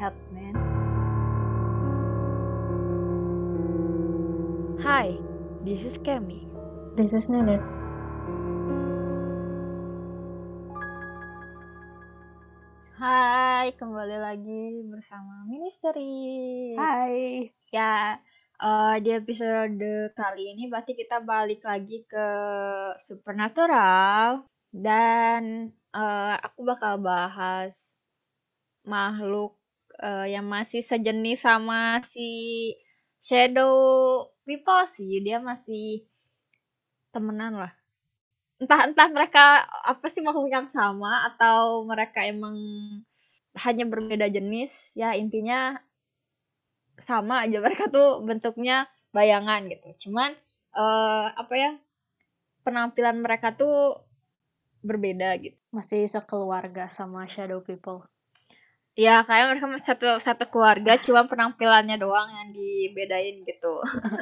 Hatman. Hi, this is Kemi. This is Nenet. Hai, kembali lagi bersama Ministeri. Hai. Ya, di episode kali ini berarti kita balik lagi ke Supernatural. Dan aku bakal bahas makhluk yang masih sejenis sama si Shadow People sih. Dia masih temenan lah. Entah mereka apa sih makhluk yang sama atau mereka emang hanya berbeda jenis. Ya intinya sama aja, mereka tuh bentuknya bayangan gitu. Cuman penampilan mereka tuh berbeda gitu. Masih sekeluarga sama Shadow People. Ya kayak mereka satu keluarga, cuma penampilannya doang yang dibedain gitu.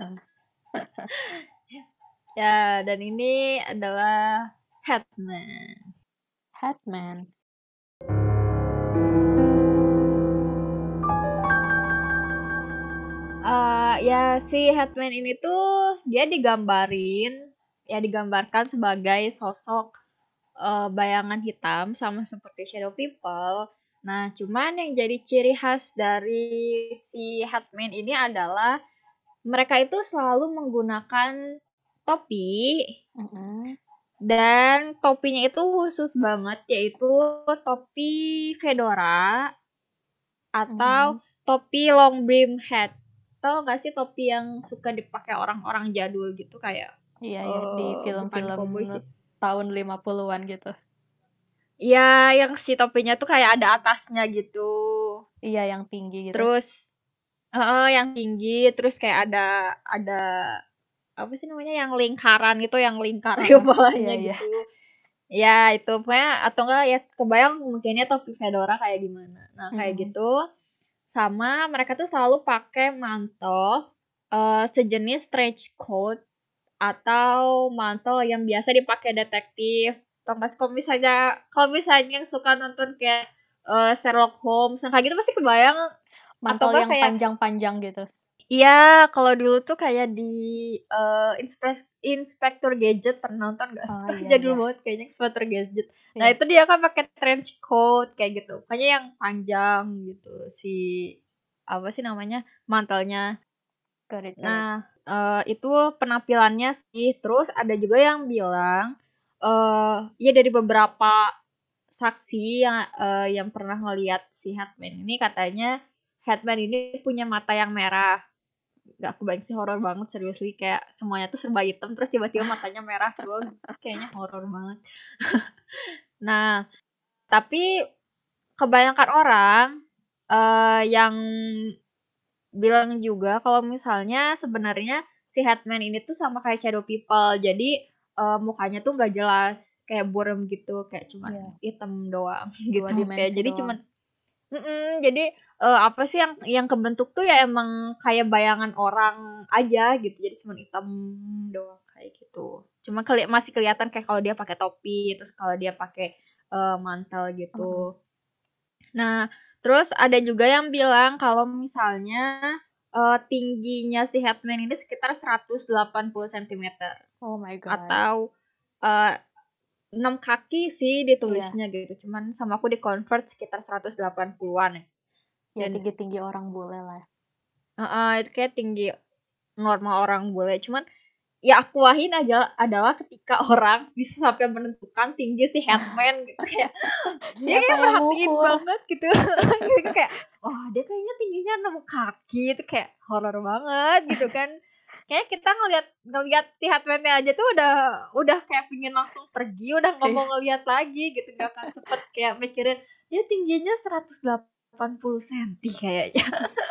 Ya, dan ini adalah Hatman. Ya si Hatman ini tuh dia digambarkan sebagai sosok bayangan hitam sama seperti Shadow People. Nah, cuman yang jadi ciri khas dari si Hatman ini adalah mereka itu selalu menggunakan topi. Dan topinya itu khusus banget, yaitu topi fedora atau topi long brim hat. Tau gak sih topi yang suka dipakai orang-orang jadul gitu kayak Iya, di film-film tahun 50-an gitu. Iya, yang si topinya tuh kayak ada atasnya gitu. Iya, yang tinggi gitu. Terus yang tinggi, terus kayak ada apa sih namanya yang lingkaran itu, yang lingkar di bawahnya gitu. Ya itu pokoknya, atau enggak ya kebayang mungkinnya topi fedora kayak gimana. Nah kayak gitu. Sama mereka tuh selalu pakai mantel sejenis trench coat atau mantel yang biasa dipakai detektif. Kalau misalnya yang suka nonton kayak Sherlock Holmes yang kayak gitu pasti kebayang. Mantel atau yang kayak panjang-panjang gitu. Iya, kalau dulu tuh kayak di Inspector Gadget, pernah nonton gak? Oh, iya, Jadul iya. banget kayaknya Inspector Gadget. Iya. Nah itu dia kan pakai trench coat kayak gitu, kayaknya yang panjang gitu si apa sih namanya mantelnya. Nah itu penampilannya sih. Terus ada juga yang bilang ya dari beberapa saksi yang pernah ngeliat si Hatman ini, katanya Hatman ini punya mata yang merah. Gak kebayang sih, horor banget seriously, kayak semuanya tuh serba hitam terus tiba-tiba matanya merah doang, kayaknya horor banget. Nah tapi kebanyakan orang yang bilang juga kalau misalnya sebenarnya si Hatman ini tuh sama kayak Shadow People, jadi mukanya tuh nggak jelas kayak buram gitu, kayak cuma hitam doang gitu, kayak jadi cuman jadi apa sih yang kebentuk tuh ya emang kayak bayangan orang aja gitu, jadi cuma hitam doang kayak gitu. Cuma masih kelihatan kayak kalau dia pakai topi, terus kalau dia pakai mantel gitu. Nah, terus ada juga yang bilang kalau misalnya tingginya si Hatman ini sekitar 180 cm. Oh my god. Atau 6 kaki sih ditulisnya gitu. Cuman sama aku di-convert sekitar 180-an ya. Ya tinggi-tinggi orang bule lah. Itu kayak tinggi normal orang bule. Cuman ya aku wahin aja adalah ketika orang bisa sampai menentukan tinggi si Hatman gitu, kayak dia kayak merhatiin banget gitu. Gitu kayak dia kayaknya tingginya 6 kaki, itu kayak horor banget gitu kan. Kayak kita ngeliat si Hatman-nya aja tuh udah kayak pingin langsung pergi, udah nggak mau ngeliat lagi gitu, nggak akan sempet kayak mikirin dia tingginya 180 cm kayaknya.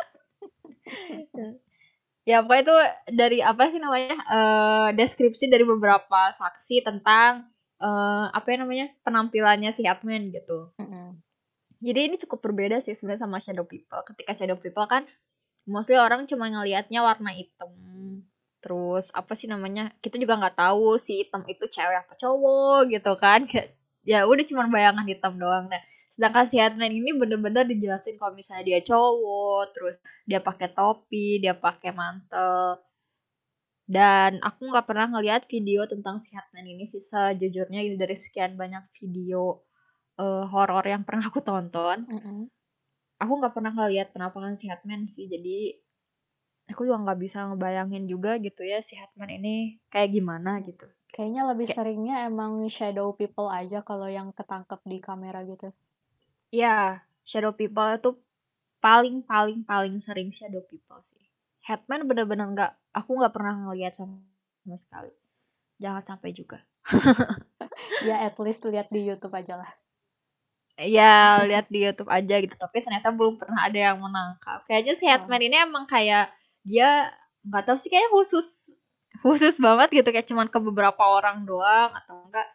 Ya pokoknya itu dari apa sih namanya deskripsi dari beberapa saksi tentang penampilannya si Hatman gitu. Jadi ini cukup berbeda sih sebenarnya sama Shadow People. Ketika Shadow People kan mostly orang cuma ngelihatnya warna hitam. Terus apa sih namanya, kita juga nggak tahu si hitam itu cewek apa cowok gitu kan. Ya udah cuma bayangan hitam doang. Nah Sedangkan si Hatman ini bener-bener dijelasin kalau misalnya dia cowok, terus dia pakai topi, dia pakai mantel. Dan aku nggak pernah ngeliat video tentang si Hatman ini sih sejujurnya dari sekian banyak video horor yang pernah aku tonton. Aku nggak pernah ngeliat penampakan si Hatman sih, jadi aku juga nggak bisa ngebayangin juga gitu ya si Hatman ini kayak gimana gitu. Kayaknya lebih seringnya emang shadow people aja kalau yang ketangkep di kamera gitu. Iya, shadow people itu paling sering shadow people sih. Hatman bener-bener aku nggak pernah ngeliat sama sekali. Jangan sampai juga. Ya at least lihat di YouTube aja lah. Ya lihat di YouTube aja gitu, tapi ternyata belum pernah ada yang menangkap. Kayaknya si Hatman ini emang kayak dia nggak tahu sih, kayaknya khusus banget gitu, kayak cuman ke beberapa orang doang atau enggak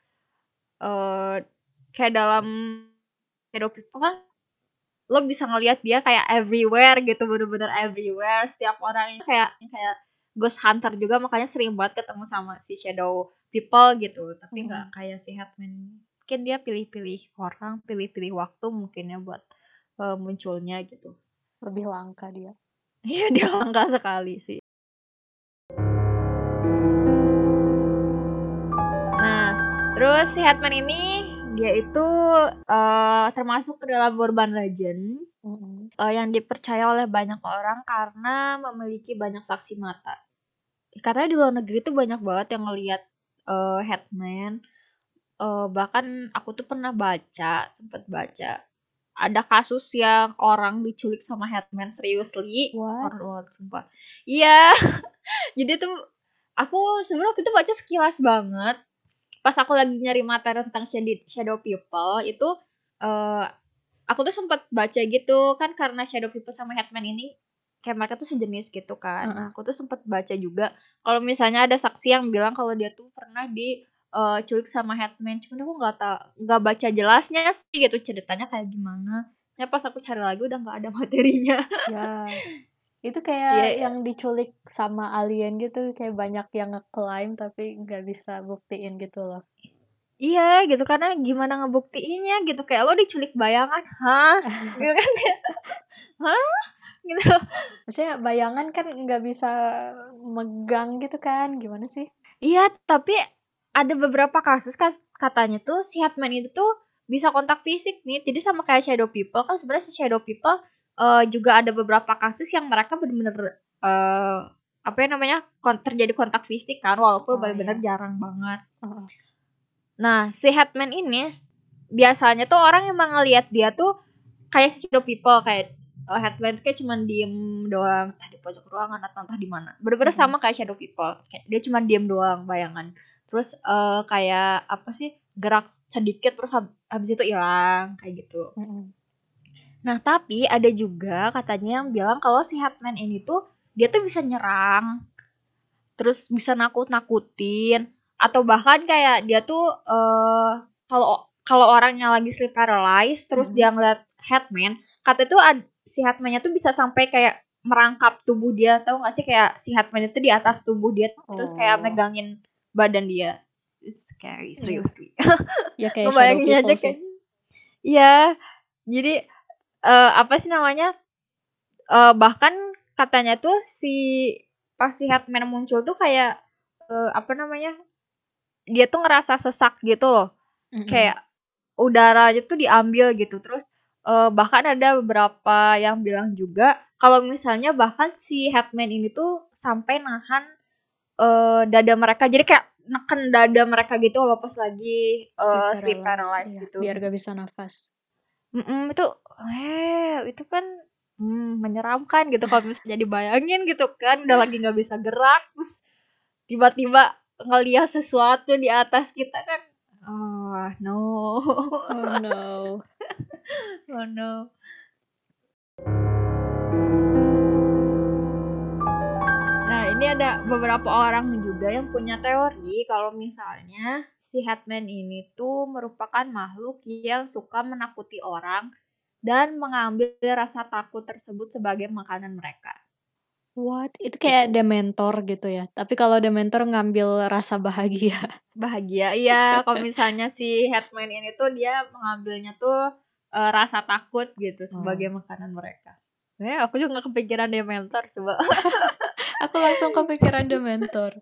kayak dalam shadow people kan lo bisa ngelihat dia kayak everywhere gitu, bener-bener everywhere. Setiap orang kayak ghost hunter juga, makanya sering banget ketemu sama si shadow people gitu. Tapi nggak kayak si Hatman, mungkin dia pilih-pilih orang, pilih-pilih waktu mungkin ya buat munculnya gitu. Lebih langka dia. Iya, dia langka sekali sih. Nah, terus si Hatman ini dia itu termasuk ke dalam urban legend yang dipercaya oleh banyak orang karena memiliki banyak saksi mata. Katanya di luar negeri tuh banyak banget yang ngelihat Hatman. Bahkan aku tuh pernah sempet baca ada kasus yang orang diculik sama Hatman, seriously. Horor sumpah. Iya. Jadi tuh aku sebenarnya waktu itu baca sekilas banget. Pas aku lagi nyari materi tentang shadow people itu aku tuh sempat baca gitu kan, karena shadow people sama Hatman ini kayak mereka tuh sejenis gitu kan. Nah, aku tuh sempat baca juga kalau misalnya ada saksi yang bilang kalau dia tuh pernah diculik sama Hatman. Cuman aku nggak baca jelasnya sih gitu ceritanya kayak gimana. Ya pas aku cari lagi udah nggak ada materinya. Ya. Itu kayak yang diculik sama alien gitu, kayak banyak yang ngeklaim tapi nggak bisa buktiin gitu loh. Iya gitu, karena gimana ngebuktiinnya gitu, kayak lo diculik bayangan, hah? Gitu kan kayak, hah? Gitu. Maksudnya bayangan kan nggak bisa megang gitu kan, gimana sih? Iya, tapi ada beberapa kasus katanya tuh si Hatman itu tuh bisa kontak fisik nih, jadi sama kayak shadow people kan. Sebenarnya si shadow people juga ada beberapa kasus yang mereka bener-bener apa ya namanya terjadi kontak fisik kan, walaupun bener-bener jarang banget. Nah, si Hatman ini biasanya tuh orang emang ngelihat dia tuh kayak si shadow people, kayak Hatman tuh kayak cuman diem doang, entah di pojok ruangan atau entah di mana. Bener-bener sama kayak shadow people, kayak dia cuman diem doang bayangan. Terus kayak apa sih, gerak sedikit terus habis itu hilang kayak gitu. Nah, tapi ada juga katanya yang bilang kalau si Hatman ini tuh dia tuh bisa nyerang, terus bisa nakut-nakutin, atau bahkan kayak dia tuh kalau orangnya lagi sleep paralyzed terus dia ngeliat Hatman, katanya tuh si Hatman-nya tuh bisa sampai kayak merangkap tubuh dia, tahu nggak sih, kayak si Hatman itu di atas tubuh dia terus kayak megangin badan dia. It's scary, seriously. Ya kayak shadow people sih. Iya, jadi apa sih namanya? Bahkan katanya tuh pas si Hatman muncul tuh kayak apa namanya? Dia tuh ngerasa sesak gitu loh. Kayak udaranya tuh diambil gitu. Terus bahkan ada beberapa yang bilang juga kalau misalnya bahkan si Hatman ini tuh sampai nahan dada mereka. Jadi kayak neken dada mereka gitu loh pas lagi sleep paralyzed gitu. Biar gak bisa nafas. Itu kan menyeramkan gitu kalau misalnya dibayangin gitu kan, udah lagi nggak bisa gerak terus tiba-tiba ngelihat sesuatu di atas kita kan. No. Oh no. Oh no. Nah, ini ada beberapa orang juga yang punya teori kalau misalnya si Hatman ini tuh merupakan makhluk yang suka menakuti orang dan mengambil rasa takut tersebut sebagai makanan mereka. What? Itu kayak Dementor gitu ya. Tapi kalau Dementor ngambil rasa bahagia. Bahagia, iya. Kalau misalnya si Hatman ini tuh dia mengambilnya tuh rasa takut gitu sebagai makanan mereka. Aku juga nggak kepikiran Dementor coba. Aku langsung kepikiran Dementor.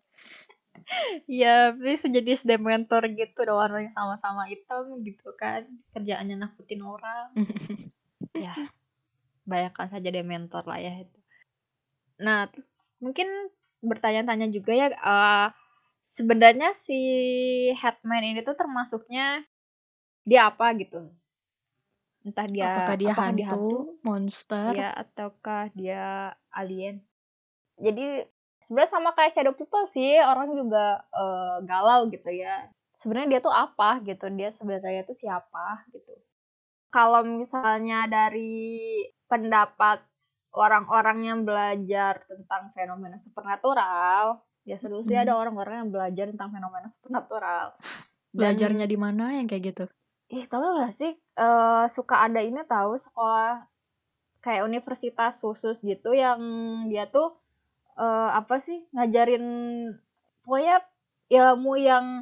Iya, tapi sejenis Dementor gitu, warnanya sama-sama hitam gitu kan, kerjaannya nakutin orang. Ya, bayangkan saja Dementor lah ya itu. Nah, terus mungkin bertanya-tanya juga ya, sebenarnya si Headman ini tuh termasuknya dia apa gitu? Entah dia apakah dia hantu, hantu, monster, ya, ataukah dia alien. Jadi sebenarnya sama kayak Shadow People sih, orang juga galau gitu ya. Sebenarnya dia tuh apa gitu, dia sebenarnya tuh siapa gitu. Kalau misalnya dari pendapat orang-orang yang belajar tentang fenomena supernatural, ya seru sih ada orang-orang yang belajar tentang fenomena supernatural. Belajarnya di mana yang kayak gitu? Tahu gak sih, suka ada ini tahu sekolah kayak universitas khusus gitu yang dia tuh apa sih, ngajarin pokoknya ilmu yang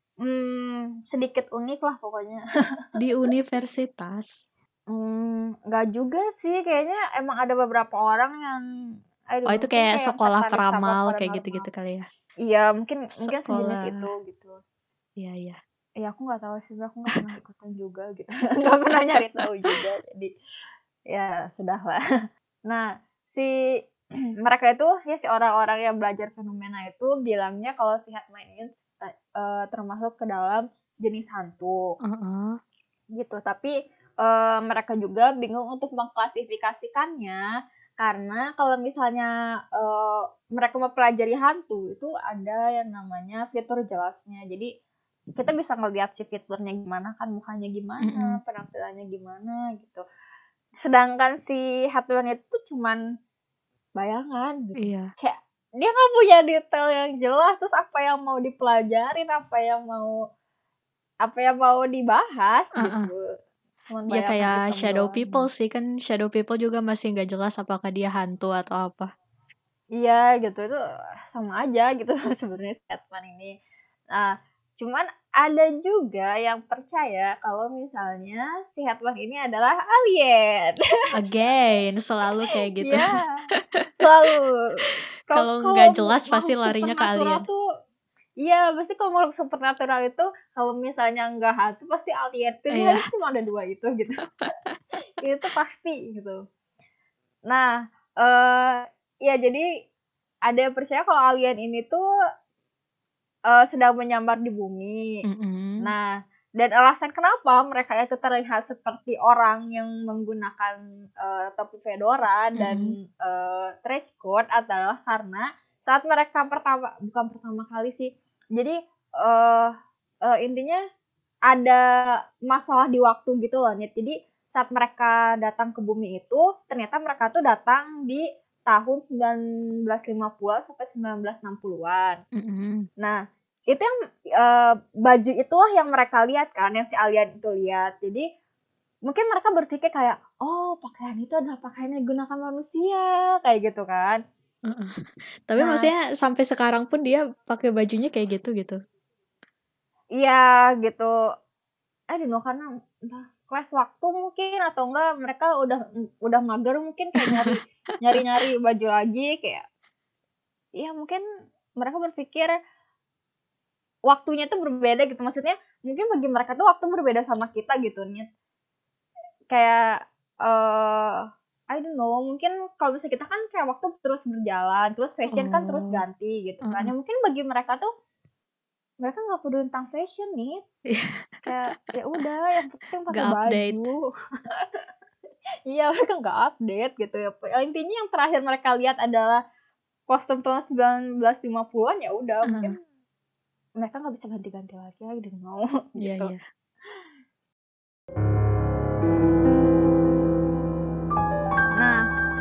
sedikit unik lah pokoknya. Di universitas? Nggak juga sih, kayaknya emang ada beberapa orang yang Itu kayak yang sekolah tertarik sama peramal kayak paranormal. gitu-gitu kali ya? Iya, mungkin sejenis Sekolah. itu gitu. Iya. Ya aku nggak tahu sih, aku nggak pernah ikutan juga gitu. Nggak pernah nyari tahu juga, jadi ya sudahlah. Nah, si mereka itu ya si orang-orang yang belajar fenomena itu bilangnya kalau si Headman ini termasuk ke dalam jenis hantu. Gitu, tapi mereka juga bingung untuk mengklasifikasikannya karena kalau misalnya mereka mempelajari hantu itu ada yang namanya fitur jelasnya. Jadi kita bisa ngelihat si fiturnya gimana kan, mukanya gimana, penampilannya gimana gitu. Sedangkan si Headman itu cuman bayangan gitu. Iya. Kayak dia nggak punya detail yang jelas, terus apa yang mau dipelajarin, apa yang mau dibahas gitu. Ya kayak Shadow People sih, kan Shadow People juga masih nggak jelas apakah dia hantu atau apa. Iya gitu, itu sama aja gitu sebenarnya si Headman ini. Nah, cuman ada juga yang percaya kalau misalnya si Headman ini adalah alien. Again, selalu kayak gitu. Iya, selalu. Kalau nggak jelas pasti larinya ke alien. Iya, pasti kalau makhluk supernatural itu kalau misalnya nggak hantu pasti alien. Pilihannya cuma ada 2 itu gitu. Itu pasti gitu. Nah, ya jadi ada yang percaya kalau alien ini tuh sedang menyamar di bumi. Nah, dan alasan kenapa mereka itu terlihat seperti orang yang menggunakan topi fedora dan trench coat adalah karena saat mereka bukan pertama kali sih. Jadi intinya ada masalah di waktu gitu loh, Nit. Jadi saat mereka datang ke bumi itu, ternyata mereka tuh datang di tahun 1950 sampai 1960-an. Nah, itu yang baju itulah yang mereka lihat kan, yang si alien itu lihat. Jadi mungkin mereka berpikir kayak, oh pakaian itu adalah pakaian yang digunakan manusia, kayak gitu kan. Tapi maksudnya sampai sekarang pun dia pakai bajunya kayak gitu. Iya gitu. Karena entah kelas waktu mungkin atau enggak mereka udah mager mungkin kayak nyari baju lagi kayak. Ya mungkin mereka berpikir waktunya tuh berbeda gitu. Maksudnya mungkin bagi mereka tuh waktu berbeda sama kita gitu nih. Kayak I don't know, mungkin kalau misalnya kita kan kayak waktu terus berjalan, terus fashion kan terus ganti gitu kan. Ya mungkin bagi mereka tuh mereka nggak peduli tentang fashion nih. Kayak ya udah yang penting pakai baju. Iya, mereka nggak update gitu ya. Intinya yang terakhir mereka lihat adalah kostum tahun 1950-an, ya udah mungkin mereka nggak bisa ganti-ganti lagi dengan mau gitu. Iya. Nah,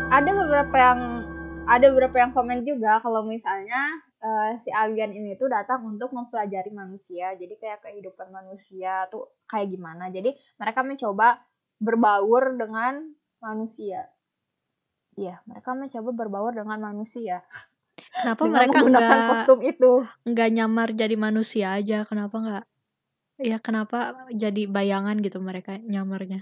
ada beberapa yang komen juga kalau misalnya si alien ini tuh datang untuk mempelajari manusia. Jadi kayak kehidupan manusia tuh kayak gimana. Jadi mereka mencoba berbaur dengan manusia. Iya, mereka mencoba berbaur dengan manusia. Kenapa mereka menggunakan kostum itu? Nggak nyamar jadi manusia aja? Kenapa nggak? Ya kenapa jadi bayangan gitu mereka nyamarnya?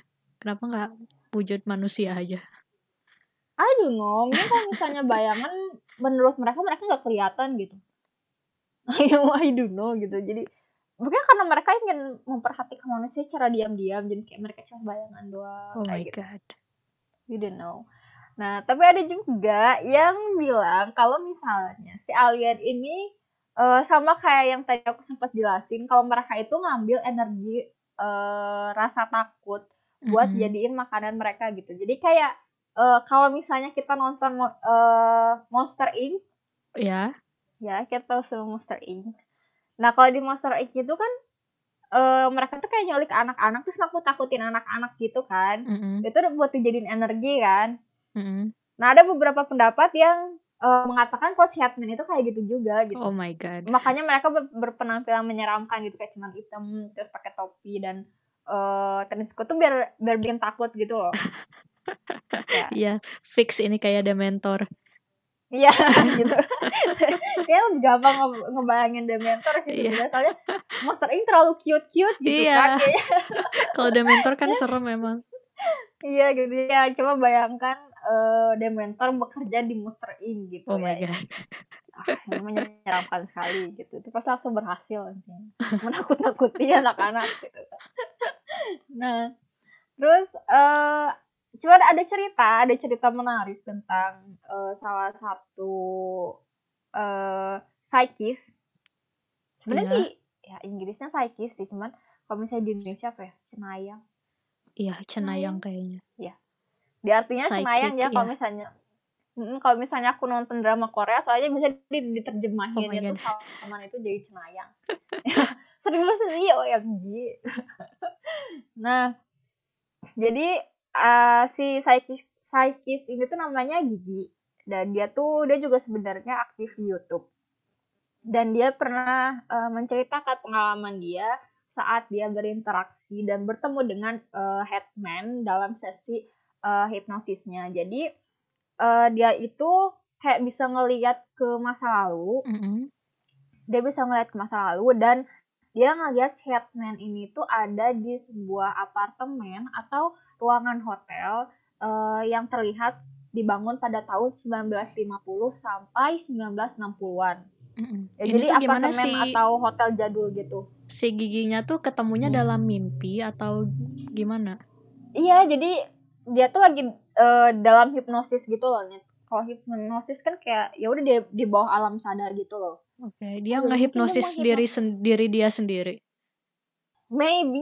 Kenapa nggak wujud manusia aja? I don't know, mungkin kalau misalnya bayangan menurut mereka nggak kelihatan gitu. I don't know gitu. Jadi mungkin karena mereka ingin memperhatikan manusia secara diam-diam, jadi kayak mereka cuma bayangan doang. Oh my gitu. god. You don't know. Nah, tapi ada juga yang bilang kalau misalnya si alien ini sama kayak yang tadi aku sempat jelasin, kalau mereka itu ngambil energi rasa takut buat jadiin makanan mereka gitu. Jadi kayak kalau misalnya kita nonton Monster Inc. Ya. Ya, kita tahu sama Monster Inc. Nah, kalau di Monster Inc. itu kan mereka tuh kayak nyulik anak-anak terus nakut-nakutin anak-anak gitu kan. Itu buat dijadiin energi kan. Nah, ada beberapa pendapat yang mengatakan kalau si Hatman itu kayak gitu juga gitu. Oh my god. Makanya mereka berpenampilan menyeramkan gitu, kayak cuma hitam terus pakai topi dan tennis coat tuh biar bikin takut gitu loh. Iya, fix ini kayak Dementor. Iya gitu. Kayaknya lebih gampang ngebayangin Dementor sih sebenarnya, soalnya Monster Inc terlalu cute gitu kan kayaknya. Kalau Dementor kan serem memang. Iya gitu ya, coba bayangkan Dementor bekerja di Monster Inc gitu. Oh my god. Ini menyeramkan sekali gitu. Itu pasti langsung berhasil menakut-nakuti anak-anak gitu. Nah, terus cuma ada cerita menarik tentang salah satu psikis. Sebenarnya ya Inggrisnya psikis sih, cuman kalau misalnya di Indonesia apa ya? Cenayang. Iya, cenayang kayaknya. Iya. Di artinya cenayang ya, kalau misalnya aku nonton drama Korea, soalnya bisa diterjemahin itu Salman itu jadi cenayang. Serius sih, OMG. Nah, jadi si psikis ini tuh namanya Gigi, dan dia juga sebenarnya aktif di YouTube, dan dia pernah menceritakan pengalaman dia saat dia berinteraksi dan bertemu dengan Hatman dalam sesi hipnosisnya. Jadi dia itu kayak bisa ngelihat ke masa lalu. Dia bisa ngelihat ke masa lalu dan dia ngelihat si Hatman ini tuh ada di sebuah apartemen atau ruangan hotel yang terlihat dibangun pada tahun 1950 sampai 1960-an. Ya, jadi tuh apartemen atau hotel jadul gitu. Si Giginya tuh ketemunya dalam mimpi atau gimana? Iya, jadi dia tuh lagi dalam hipnosis gitu loh. Kalau hipnosis kan kayak ya udah di bawah alam sadar gitu loh. Oke, dia ngehipnosis diri dia sendiri. Maybe.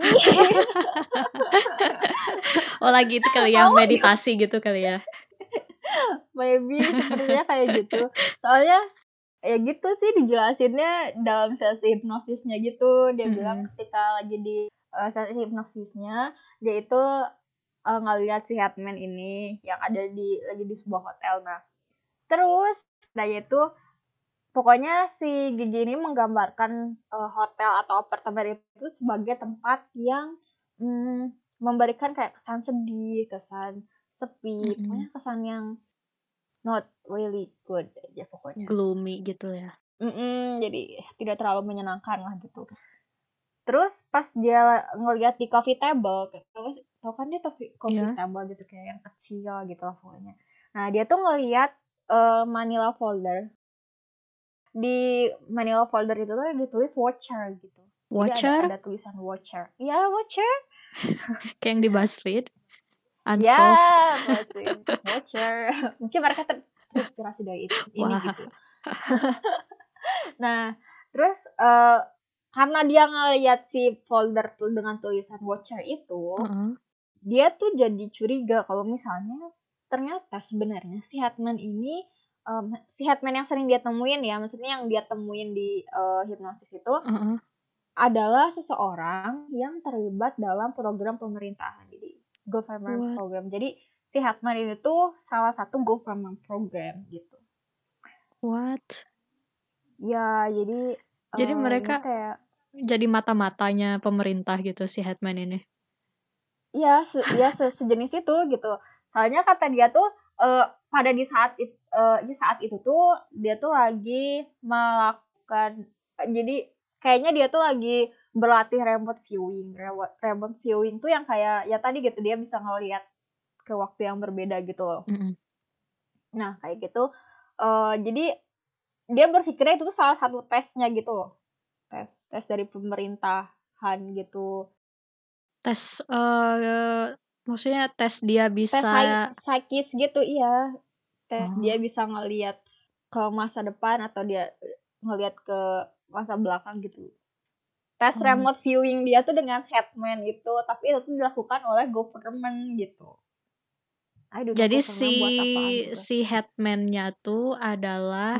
Oh, lagi itu kali ya, meditasi gitu kali ya. Maybe sepertinya kayak gitu. Soalnya ya gitu sih dijelasinnya dalam sesi hipnosisnya gitu. Dia bilang ketika lagi di sesi hipnosisnya, dia itu ngeliat si Hatman ini yang ada lagi di sebuah hotel. Nah, terus dia itu pokoknya si Gigi ini menggambarkan hotel atau apartemen itu sebagai tempat yang memberikan kayak kesan sedih, kesan sepi, pokoknya kesan yang not really good aja pokoknya. Gloomy gitu ya. Jadi tidak terlalu menyenangkan lah gitu. Terus pas dia ngeliat di coffee table, tau kan dia coffee table gitu kayak yang kecil gitu lah pokoknya. Nah, dia tuh ngeliat manila folder. Di manila folder itu tuh ditulis watcher gitu. Watcher? Jadi ada tulisan watcher. Iya, watcher. Kayak yang di BuzzFeed. Unsolved. Ya, watcher. Mungkin mereka terinspirasi dari ini gitu. Nah, terus karena dia ngeliat si folder dengan tulisan watcher itu, dia tuh jadi curiga kalau misalnya ternyata sebenarnya si Hatman ini si Hatman yang sering dia temuin ya, maksudnya yang dia temuin di hipnosis itu adalah seseorang yang terlibat dalam program pemerintahan, jadi government program. Jadi si Hatman ini tuh salah satu government program gitu. What? Ya, jadi mereka kayak jadi mata-matanya pemerintah gitu si Hatman ini. Iya, sejenis itu gitu. Soalnya kata dia tuh pada di saat itu tuh dia tuh lagi melakukan, jadi kayaknya dia tuh lagi berlatih remote viewing. Remote viewing tuh yang kayak ya tadi gitu, dia bisa ngelihat ke waktu yang berbeda gitu loh. Nah kayak gitu, jadi dia berpikirnya itu tuh salah satu tesnya gitu loh, tes dari pemerintahan gitu. Tes maksudnya tes dia Tes bisa psikis gitu, iya. Tes dia Oh. bisa ngelihat ke masa depan atau dia ngelihat ke masa belakang gitu. Tes remote viewing dia tuh dengan Hetman itu, tapi itu dilakukan oleh government gitu. Jadi government buat apaan gitu. si Hetman-nya tuh adalah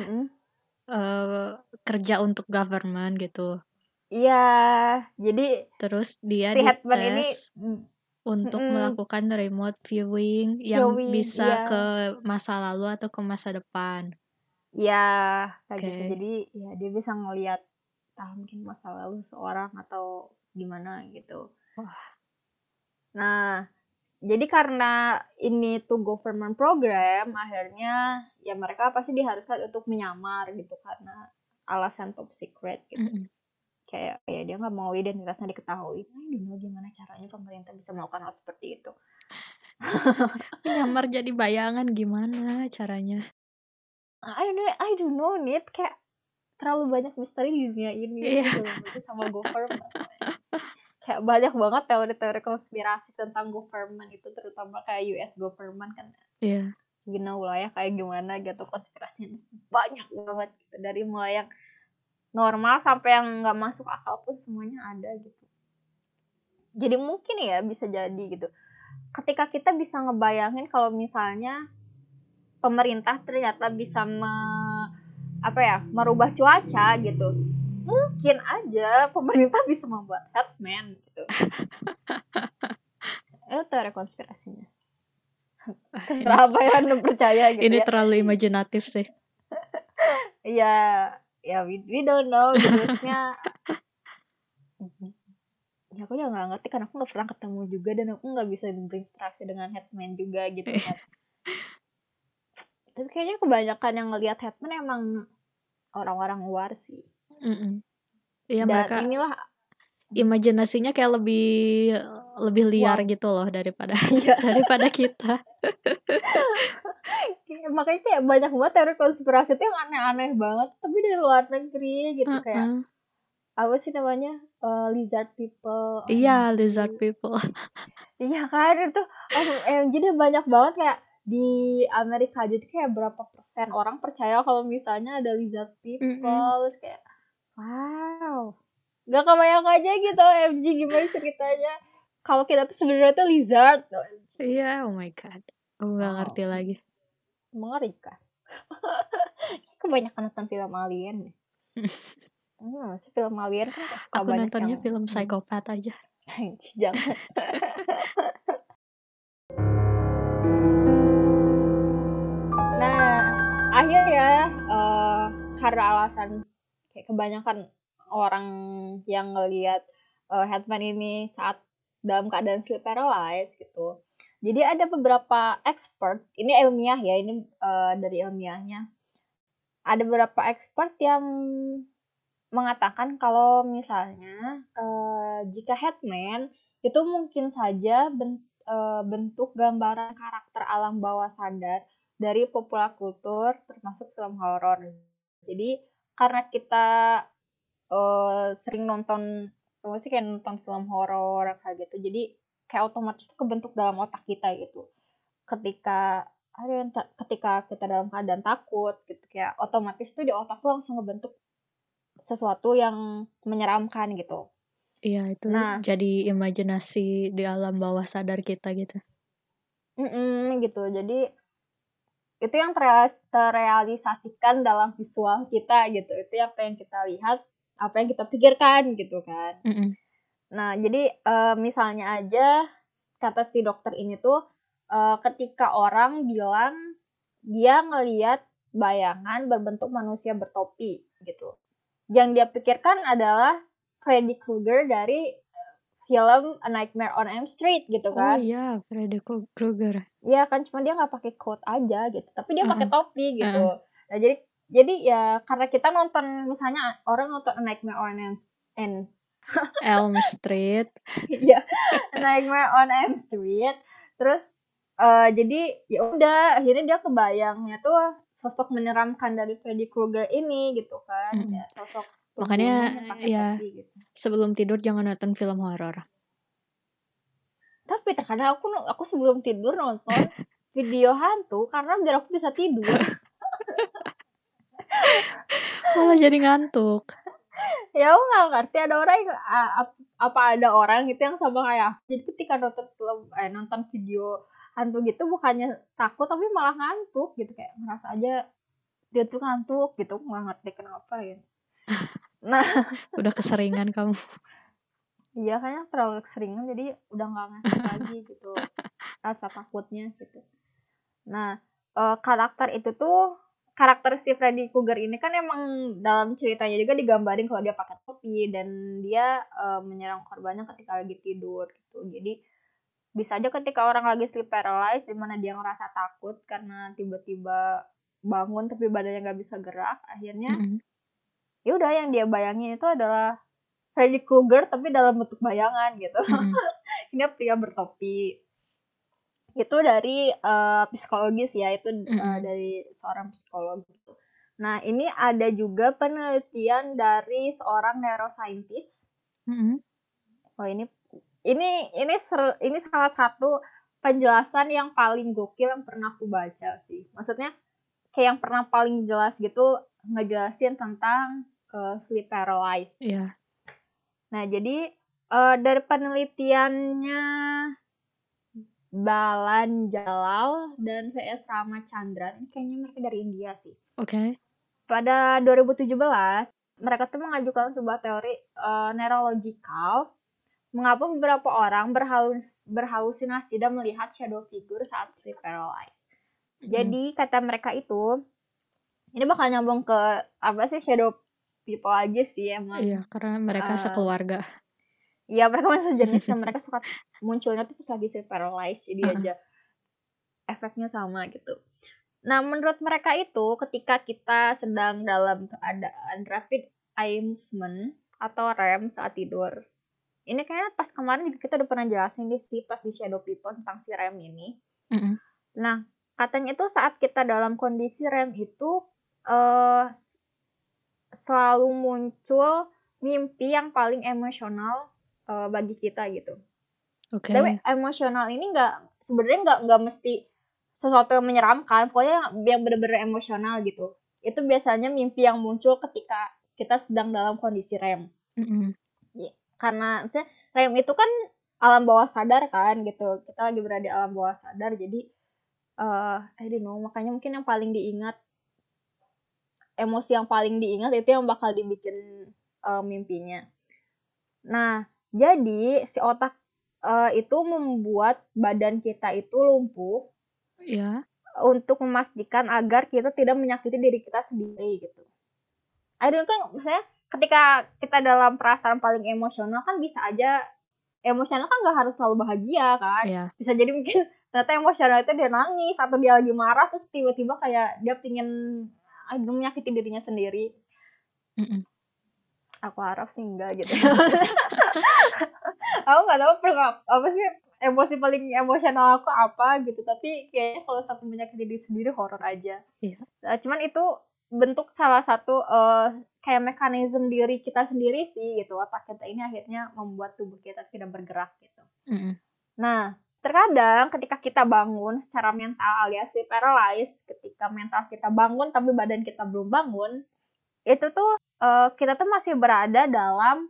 kerja untuk government gitu. Iya, jadi Terus dia si Hetman ini dites untuk melakukan remote viewing yang bisa iya. ke masa lalu atau ke masa depan. Iya, kayak gitu. Oke. Jadi ya dia bisa ngelihat mungkin masa lalu seorang atau gimana gitu. Wah. Nah, jadi karena ini tuh government program, akhirnya ya mereka pasti diharuskan untuk menyamar gitu karena alasan top secret gitu. Kayak ya dia nggak mau identitasnya diketahui. Gimana caranya pemerintah bisa melakukan hal seperti itu. Menyamar jadi bayangan gimana caranya? I don't know, Nit. Kayak terlalu banyak misteri di dunia ini. Iya. Itu sama government. Kayak banyak banget teori-teori konspirasi tentang government itu, terutama kayak US government kan. Iya. Gina wilayah kayak gimana gitu, konspirasinya banyak banget gitu. Dari mulai yang normal sampai yang nggak masuk akal pun semuanya ada gitu. Jadi mungkin ya bisa jadi gitu. Ketika kita bisa ngebayangin kalau misalnya pemerintah ternyata bisa merubah cuaca gitu, mungkin aja pemerintah bisa membuat Hetman gitu. Itu teori konspirasinya. Kenapa ya Anda percaya gitu? Ini ya? terlalu imajinatif sih. Ya we don't know judulnya. Ya aku juga nggak ngerti karena aku nggak pernah ketemu juga dan aku nggak bisa berinteraksi dengan Hetman juga gitu kan. Tapi kayaknya kebanyakan yang ngelihat Hetman emang orang-orang luar sih. Iya, Dan mereka inilah imajinasinya kayak lebih liar gitu loh daripada daripada kita. Makanya kayak banyak banget teori konspirasi itu yang aneh-aneh banget, tapi dari luar negeri gitu. Kayak apa sih namanya, lizard people. Iya, lizard people. Iya kan, itu jadi banyak banget kayak di Amerika aja tuh kayak berapa persen orang percaya kalau misalnya ada lizard people. Terus kayak wow, gak kebayang aja gitu OMG gimana ceritanya kalau kita tuh sebenarnya tuh lizard. Iya, oh my god, aku nggak ngerti lagi. Mengerikan. Kebanyakan nonton film alien deh. Sih film alien kan suka Aku banyak nontonnya yang film psikopat aja. jangan. Nah, akhirnya karena alasan kayak kebanyakan orang yang ngelihat Hetman ini saat dalam keadaan sleep paralysis gitu. Jadi ada beberapa expert, ini ilmiah ya, ini dari ilmiahnya. Ada beberapa expert yang mengatakan kalau misalnya jika Hetman itu mungkin saja bentuk gambaran karakter alam bawah sadar dari popularikultur termasuk film horor. Jadi karena kita sering nonton kayak nonton film horor kayak gitu, jadi kayak otomatis kebentuk dalam otak kita gitu. Ketika kita dalam keadaan takut gitu, kayak otomatis tuh di otak tuh langsung ngebentuk sesuatu yang menyeramkan gitu. Iya, itu jadi imajinasi di alam bawah sadar kita gitu. Gitu. Jadi itu yang terrealisasikan dalam visual kita gitu. Itu apa yang kita lihat, apa yang kita pikirkan gitu kan. Nah, jadi misalnya aja kata si dokter ini tuh ketika orang bilang dia ngelihat bayangan berbentuk manusia bertopi gitu. Yang dia pikirkan adalah Freddy Krueger dari film A Nightmare on Elm Street gitu kan. Oh iya, Freddy Krueger. Iya kan, cuma dia nggak pakai coat aja gitu, tapi dia pakai topi gitu. Nah jadi ya karena kita nonton, misalnya orang nonton A Nightmare on Elm Street. Iya, Nightmare on Elm Street. Terus jadi ya udah akhirnya dia kebayangnya tuh sosok menyeramkan dari Freddy Krueger ini gitu kan. Ya, sosok Makanya pembunuh yang pakai ya topi gitu. sebelum tidur jangan nonton film horor. Tapi terkadang aku sebelum tidur nonton video hantu karena biar aku bisa tidur. Malah jadi ngantuk. Ya aku nggak ngerti ada orang yang apa ada orang gitu yang sama kayak aku. Jadi ketika nonton video hantu gitu bukannya takut tapi malah ngantuk gitu, kayak merasa aja dia tuh ngantuk gitu, nggak ngerti kenapa ya. Nah, udah keseringan kamu. iya kayaknya terlalu keseringan jadi udah nggak ngantuk lagi gitu, rasa takutnya gitu. Nah, karakter si Freddy Krueger ini kan emang dalam ceritanya juga digambarin kalau dia pakai topi dan dia menyerang korbannya ketika lagi tidur gitu. Jadi bisa aja ketika orang lagi sleep paralysis di mana dia ngerasa takut karena tiba-tiba bangun tapi badannya nggak bisa gerak, akhirnya ya udah yang dia bayangin itu adalah Freddy Krueger tapi dalam bentuk bayangan gitu. Ini pria bertopi. Itu dari psikologis ya, itu dari seorang psikolog gitu. Nah, ini ada juga penelitian dari seorang neuroscientist. Oh, ini salah satu penjelasan yang paling gokil yang pernah aku baca sih. Maksudnya kayak yang pernah paling jelas gitu ngejelasin tentang sleep paralysis. Iya. Nah, jadi dari penelitiannya Balan Jalal dan VS Ramachandran, kayaknya mereka dari India sih. Oke. Pada 2017, mereka tuh mengajukan sebuah teori neurological mengapa beberapa orang berhalusinasi dan melihat shadow figure saat sleep paralysis. Jadi kata mereka itu, ini bakal nyambung ke apa sih shadow people aja sih emang. Iya, karena mereka sekeluarga. Iya, mereka masih sejenis dan mereka suka munculnya tuh pas lagi sleep paralysis, jadi aja efeknya sama gitu. Nah, menurut mereka itu ketika kita sedang dalam keadaan rapid eye movement atau REM saat tidur. Ini kayaknya pas kemarin kita udah pernah jelasin sih pas di Shadow People tentang si REM ini. Nah, katanya itu saat kita dalam kondisi REM itu selalu muncul mimpi yang paling emosional bagi kita gitu. Oke. Tapi emosional ini sebenarnya nggak mesti sesuatu yang menyeramkan, pokoknya yang benar-benar emosional gitu. Itu biasanya mimpi yang muncul ketika kita sedang dalam kondisi REM. Ya, karena misalnya REM itu kan alam bawah sadar kan gitu. Kita lagi berada di alam bawah sadar, jadi I don't know, makanya mungkin yang paling diingat, emosi yang paling diingat itu yang bakal dibikin mimpinya. Nah, jadi si otak itu membuat badan kita itu lumpuh. Iya. Untuk memastikan agar kita tidak menyakiti diri kita sendiri gitu. Aduh kan misalnya ketika kita dalam perasaan paling emosional kan bisa aja emosional kan nggak harus selalu bahagia kan. Iya. Bisa jadi mungkin ternyata emosional itu dia nangis atau dia lagi marah terus tiba-tiba kayak dia pingin menyakiti dirinya sendiri. Aku harap sih enggak gitu. Aku nggak tahu apa sih emosi paling emosional aku apa gitu, tapi kayaknya kalau sampai menyakiti diri sendiri horor aja. Iya. Cuman itu bentuk salah satu kayak mekanisme diri kita sendiri sih gitu. Otak kita ini akhirnya membuat tubuh kita tidak bergerak gitu. Nah, terkadang ketika kita bangun secara mental alias sleep paralysis, ketika mental kita bangun tapi badan kita belum bangun, itu tuh kita tuh masih berada dalam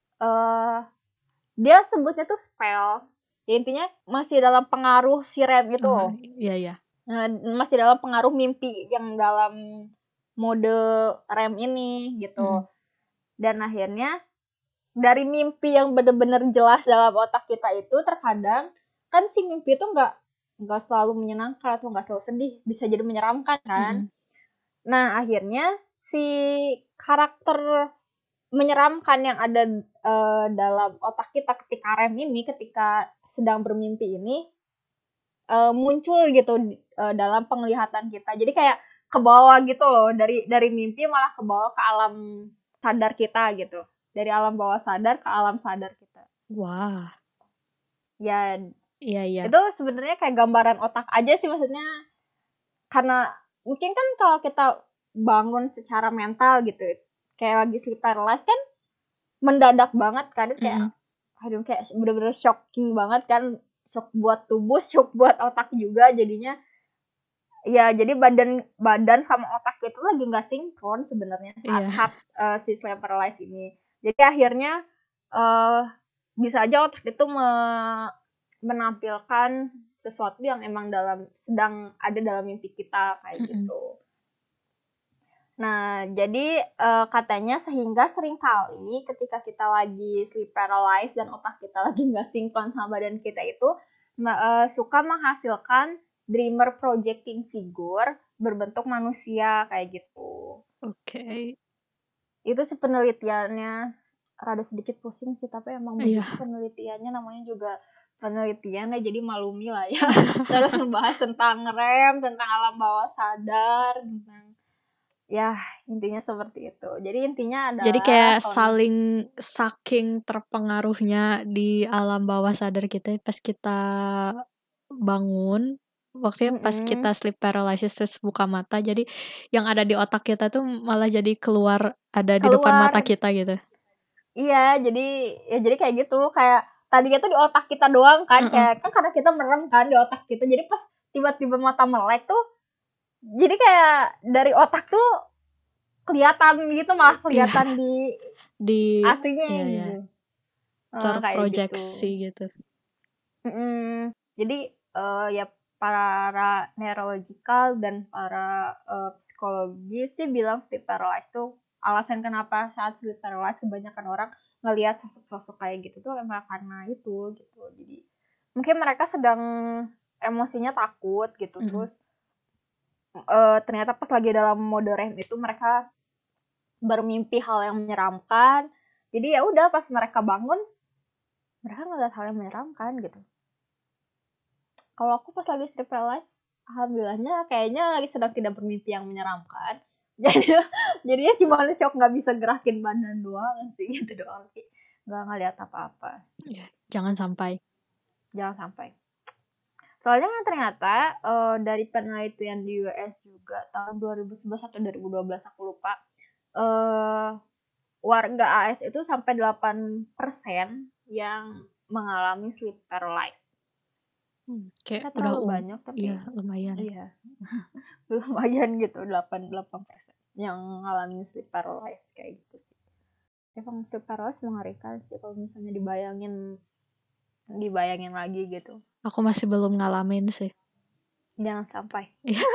dia sebutnya tuh spell. Ya, intinya masih dalam pengaruh si REM itu. Iya. Masih dalam pengaruh mimpi yang dalam mode REM ini gitu. Dan akhirnya dari mimpi yang benar-benar jelas dalam otak kita itu terkadang kan si mimpi itu nggak selalu menyenangkan atau nggak selalu sedih, bisa jadi menyeramkan kan. Nah, akhirnya si karakter menyeramkan yang ada dalam otak kita ketika REM ini, ketika sedang bermimpi ini muncul gitu dalam penglihatan kita. Jadi kayak ke bawah gitu loh, dari mimpi malah ke bawah ke alam sadar kita gitu. dari alam bawah sadar ke alam sadar kita. Wah. Ya, Iya. itu sebenarnya kayak gambaran otak aja sih, maksudnya karena mungkin kan kalau kita bangun secara mental gitu, kayak lagi sleep paralysis kan mendadak banget kan, kayak aduh kayak bener-bener shocking banget kan, shock buat tubuh, shock buat otak juga jadinya. Ya jadi badan sama otak itu lagi nggak sinkron sebenarnya saat si sleep paralysis ini. Jadi akhirnya bisa aja otak itu menampilkan sesuatu yang emang sedang ada dalam mimpi kita kayak gitu. Nah, jadi katanya sehingga seringkali ketika kita lagi sleep paralysis dan otak kita lagi nggak sinkron sama badan kita itu suka menghasilkan dreamer projecting figure berbentuk manusia kayak gitu. Oke. Itu sih penelitiannya, rada sedikit pusing sih, tapi emang begitu penelitiannya, namanya juga penelitian ya, jadi malumi lah ya. Terus membahas tentang REM, tentang alam bawah sadar, tentang ya intinya seperti itu. Jadi intinya adalah jadi kayak saking terpengaruhnya di alam bawah sadar kita pas kita bangun, waktunya pas kita sleep paralysis terus buka mata, jadi yang ada di otak kita tuh malah jadi keluar di depan mata kita gitu. Iya, jadi kayak gitu, kayak tadinya tuh di otak kita doang kan, kayak kan karena kita merem kan di otak kita, jadi pas tiba-tiba mata melek tuh, jadi kayak dari otak tuh kelihatan gitu, malah kelihatan di aslinya gitu. Terprojeksi gitu. Jadi ya para neurological dan para psikologi sih bilang sleep paralysis tuh alasan kenapa saat sleep paralysis kebanyakan orang ngelihat sosok-sosok kayak gitu tuh emang karena itu gitu. Jadi mungkin mereka sedang emosinya takut gitu, terus ternyata pas lagi dalam mode REM itu mereka bermimpi hal yang menyeramkan. Jadi ya udah pas mereka bangun mereka ngeliat hal yang menyeramkan gitu. Kalau aku pas lagi sleep paralysis, alhamdulillahnya kayaknya lagi sedang tidak bermimpi yang menyeramkan. Jadinya cuma shock nggak bisa gerakin badan doang sih, gitu doang sih. Nggak ngeliat apa-apa. Jangan sampai. Soalnya kan ternyata dari penelitian di US juga tahun 2011 atau 2012 aku lupa, warga AS itu sampai 8% yang mengalami sleep paralysis. Kayak udah banyak tapi lumayan. Iya. Lumayan gitu, 8% yang ngalamin sleep paralysis kayak gitu sih. Emang sleep paralysis mengerikan sih kalau misalnya dibayangin lagi gitu. Aku masih belum ngalamin sih. Jangan sampai.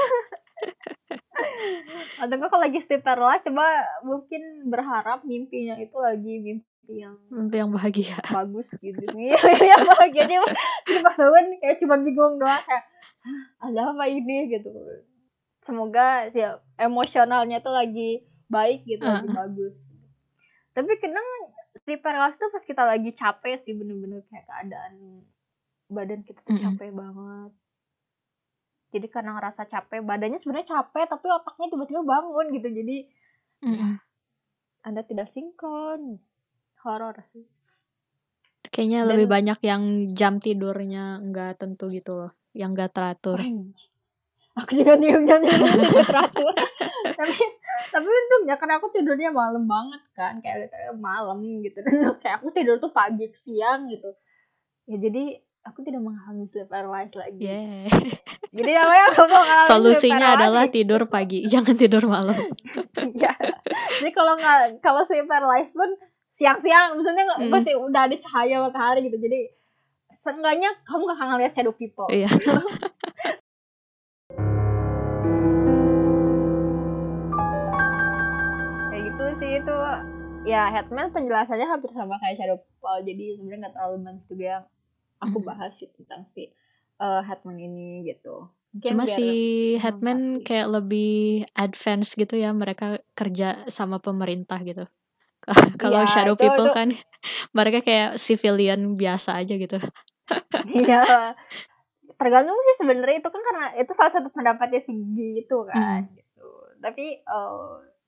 Atau enggak kalau lagi sleep paralysis coba mungkin berharap mimpinya itu lagi mimpi yang bahagia, bagus gitu. Iya, bahagia aja. Jadi pas bangun kayak cuma bingung doang, kayak ada apa ini gitu. Semoga sih emosionalnya tuh lagi baik gitu, lagi bagus. Tapi kadang sleep paralysis tuh pas kita lagi capek sih, bener-bener kayak keadaan badan kita tuh capek banget. Jadi karena ngerasa capek, badannya sebenarnya capek tapi otaknya tiba-tiba bangun gitu. Jadi ya Anda tidak sinkron. Horor sih. Kayaknya lebih banyak yang jam tidurnya nggak tentu gitu loh, yang nggak teratur. Aku juga jam tidurnya nggak teratur. tapi untungnya karena aku tidurnya malam banget kan, kayak malam gitu. Dan kayak aku tidur tuh pagi siang gitu. Ya jadi aku tidak mengalami sleep paralysis lagi. Jadi namanya aku mau ngalamin solusinya adalah tidur pagi, jangan tidur malam. Ya. Jadi kalau sleep paralysis pun siang-siang, misalnya masih udah ada cahaya matahari gitu. Jadi seenggaknya kamu gak akan ngeliat shadow people. Iya. Kayak gitu sih itu. Ya Hetman penjelasannya hampir sama kayak shadow people. Jadi sebenarnya nggak terlalu banyak juga yang aku bahas sih tentang si Hetman ini gitu. Mungkin cuma si Hetman kayak lebih advance gitu ya, mereka kerja sama pemerintah gitu. Kalau shadow people kan mereka kayak civilian biasa aja gitu. Iya, tergantung sih sebenarnya, itu kan karena itu salah satu pendapatnya si Gi itu kan gitu. Tapi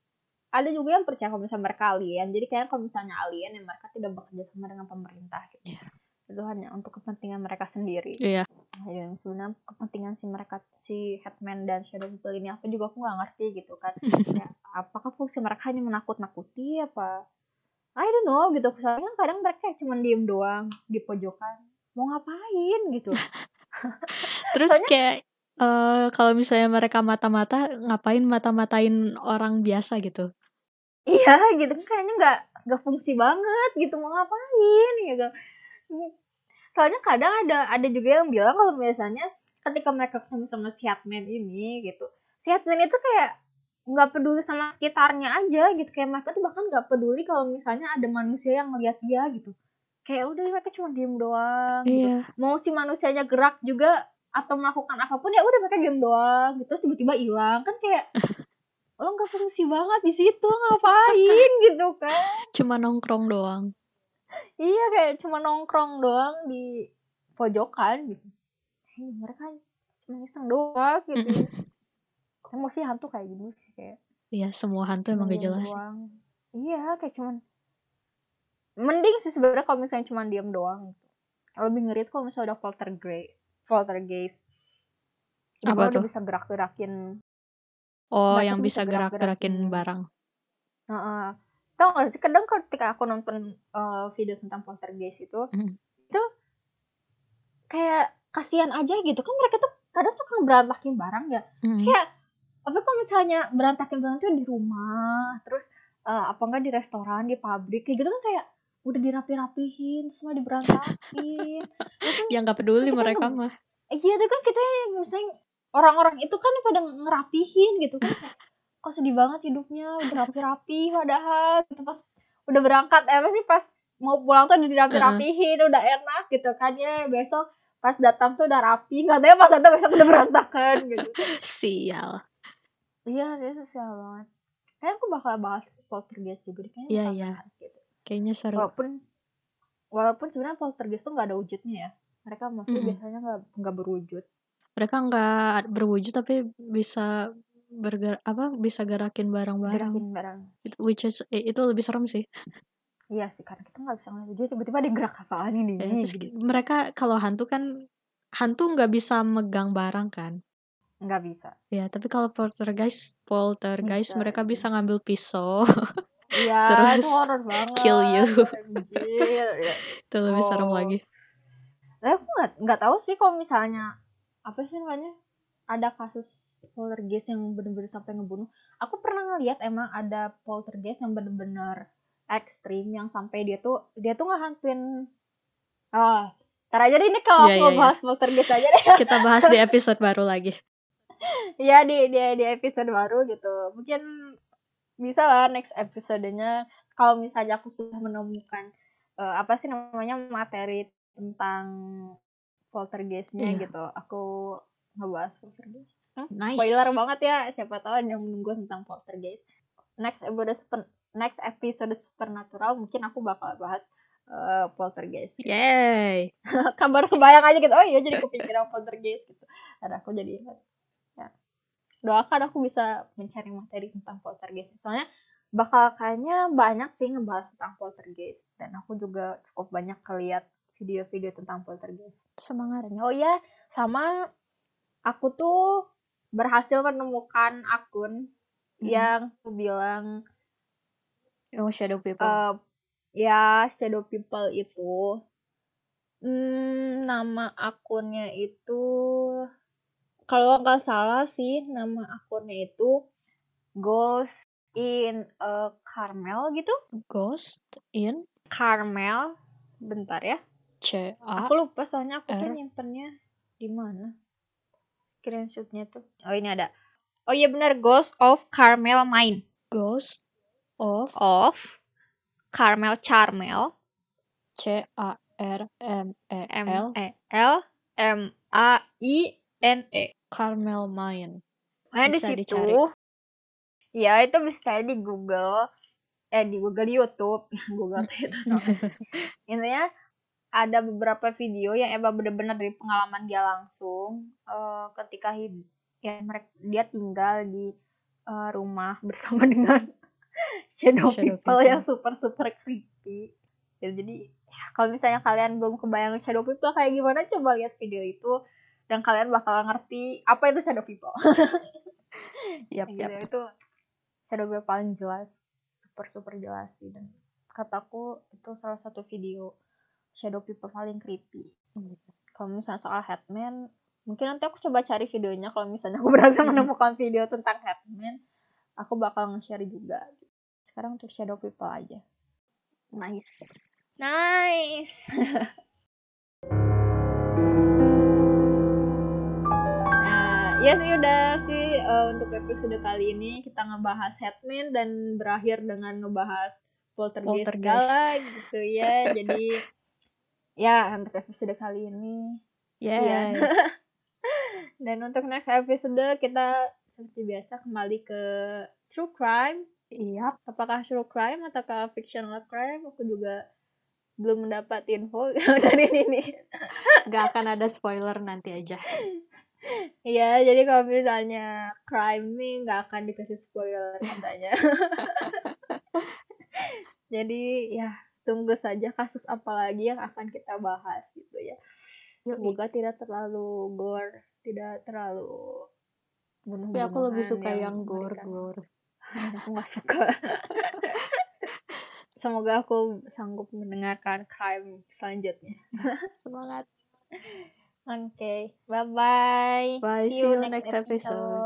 ada juga yang percaya kalau misalnya mereka alien. Jadi kayak kalau misalnya alien ya mereka tidak bekerja sama dengan pemerintah gitu. Yeah. Itu hanya untuk kepentingan mereka sendiri. Iya. Dan sebenarnya kepentingan si Headman dan Shadow People ini aku nggak ngerti gitu kan. Kayak apakah fungsi mereka hanya menakut-nakuti apa? I don't know gitu. Soalnya kadang mereka cuma diem doang di pojokan. Mau ngapain gitu. Terus Soalnya kayak kalau misalnya mereka mata-mata, ngapain mata-matain orang biasa gitu? iya gitu kan kayaknya nggak fungsi banget gitu, mau ngapain gitu. Soalnya kadang ada juga yang bilang kalau misalnya ketika mereka ketemu sama si Hatman ini gitu, si Hatman itu kayak nggak peduli sama sekitarnya aja gitu, kayak mereka tuh bahkan nggak peduli kalau misalnya ada manusia yang ngeliat dia gitu, kayak udah mereka cuma diem doang gitu. Iya. Mau si manusianya gerak juga atau melakukan apapun ya udah mereka diem doang gitu, terus tiba-tiba hilang kan, kayak lo nggak fungsi banget di situ, ngapain gitu kan. Cuma nongkrong doang. Iya kayak cuma nongkrong doang di pojokan gitu. Mereka cuma iseng doang gitu. Emang sih hantu kayak gini sih, kayak Iya, semua hantu emang gak diem jelas sih. doang. Iya kayak cuman mending sih sebenarnya kalau misalnya cuma diem doang gitu. Lebih ngeri tuh kalau misalnya udah poltergeist. Jadi Apa kalau udah tuh? bisa gerak-gerakin. Oh, Mereka yang tuh bisa gerak-gerakin barang. Tau gak sih kadang ketika aku nonton video tentang poltergeist itu kayak kasihan aja gitu kan, mereka tuh kadang suka berantakin barang ya. Terus kayak apa kalau misalnya berantakin barang tuh di rumah, terus apa enggak di restoran, di pabrik kayak gitu kan, kayak udah dirapi-rapihin, semua diberantakin. Yang gak peduli mereka mah. Iya tuh kan, kita misalnya orang-orang itu kan pada ngerapihin gitu kan, kayak kok sedih banget hidupnya udah rapi-rapi padahal gitu, pas udah berangkat pas mau pulang tuh udah dirapi-rapihin, udah enak gitu kan ya, besok pas datang tuh udah rapi, katanya pas datang besok udah berantakan gitu. Sial. Iya dia sosial banget. Kayaknya aku bakal bahas poltergeist juga deh, kayaknya bakal menarik gitu. Kayaknya seru. Walaupun sebenarnya poltergeist tuh nggak ada wujudnya ya, mereka mostly biasanya nggak berwujud. Mereka nggak berwujud tapi bisa bisa gerakin barang-barang. Gerakin barang. Which is itu lebih serem sih. Iya sih, karena kita nggak bisa ngeliat wujud, tiba-tiba ada gerak apaan ini. Terus gitu. Mereka kalau hantu nggak bisa megang barang kan? Nggak bisa. Ya, tapi kalau poltergeist bisa, mereka bisa ngambil pisau. Iya, terus itu horror banget. Kill you. Ya. Itu lebih serem lagi. Aku nggak tahu sih kalau misalnya apa sih namanya, ada kasus poltergeist yang benar-benar sampai ngebunuh. Aku pernah ngeliat emang ada poltergeist yang benar-benar ekstrim, yang sampai dia tuh ngehantuin. Ntar aja deh ini kalau aku bahas poltergeist aja deh. Kita bahas di episode baru lagi. Iya di episode baru gitu. Mungkin bisa lah next episodenya kalau misalnya aku sudah menemukan apa sih namanya materi tentang poltergeistnya gitu. Aku ngebahas poltergeist. Nice. Spoiler banget ya, siapa tahu yang menunggu tentang poltergeist. Next episode Supernatural mungkin aku bakal bahas poltergeist. Yay. Kabar kebayang aja gitu. Oh iya, jadi kepikiran poltergeist gitu. Dan aku jadi ya, doakan aku bisa mencari materi tentang poltergeist. Soalnya bakal kayaknya banyak sih ngebahas tentang poltergeist, dan aku juga cukup banyak ngeliat video-video tentang poltergeist. Semangat. Oh iya, sama aku tuh berhasil menemukan akun yang aku bilang Shadow People. Ya Shadow People itu nama akunnya itu, kalau nggak salah sih nama akunnya itu Ghost in Carmel gitu. Ghost in Carmel. Bentar ya. Aku lupa soalnya aku tuh nyimpennya di mana. Screenshotnya tuh. Oh ini ada. Oh iya benar, Ghost of Carmel Mine. Ghost of Carmel Charmel. CARMEL Carmel Mine. Bisa di situ. Dicari. Ya itu bisa di Google. Di YouTube. Google itu soalnya. Intinya ada beberapa video yang emang bener-bener dari pengalaman dia langsung ketika dia tinggal di rumah bersama dengan shadow Shadow people yang people. super creepy. Ya, jadi kalau misalnya kalian belum kebayang shadow people kayak gimana, coba lihat video itu dan kalian bakal ngerti apa itu shadow people. Yap. Itu shadow people paling jelas, super jelas sih, dan kataku itu salah satu video shadow people paling creepy. Kalau misalnya soal Headman, mungkin nanti aku coba cari videonya. Kalau misalnya aku berhasil menemukan video tentang Headman, aku bakal nge-share juga. Sekarang untuk shadow people aja. Nice. Ya sih udah sih untuk episode kali ini kita ngebahas Headman dan berakhir dengan ngebahas Poltergeist segala gitu ya. Jadi ya untuk episode kali ini ya. Dan untuk next episode kita seperti biasa kembali ke true crime. Iya. Apakah true crime ataukah fictional crime? Aku juga belum mendapat info dari ini. Gak akan ada spoiler, nanti aja. Iya, jadi kalau misalnya crime nih nggak akan dikasih spoiler katanya. Jadi ya tunggu saja kasus apa lagi yang akan kita bahas gitu ya. Semoga tidak terlalu gore, tidak terlalu bunuh-bunuhan. Tapi aku lebih suka yang gore. Aku nggak suka. Semoga aku sanggup mendengarkan crime selanjutnya. Semangat. Okay, bye-bye. Bye, see you next episode.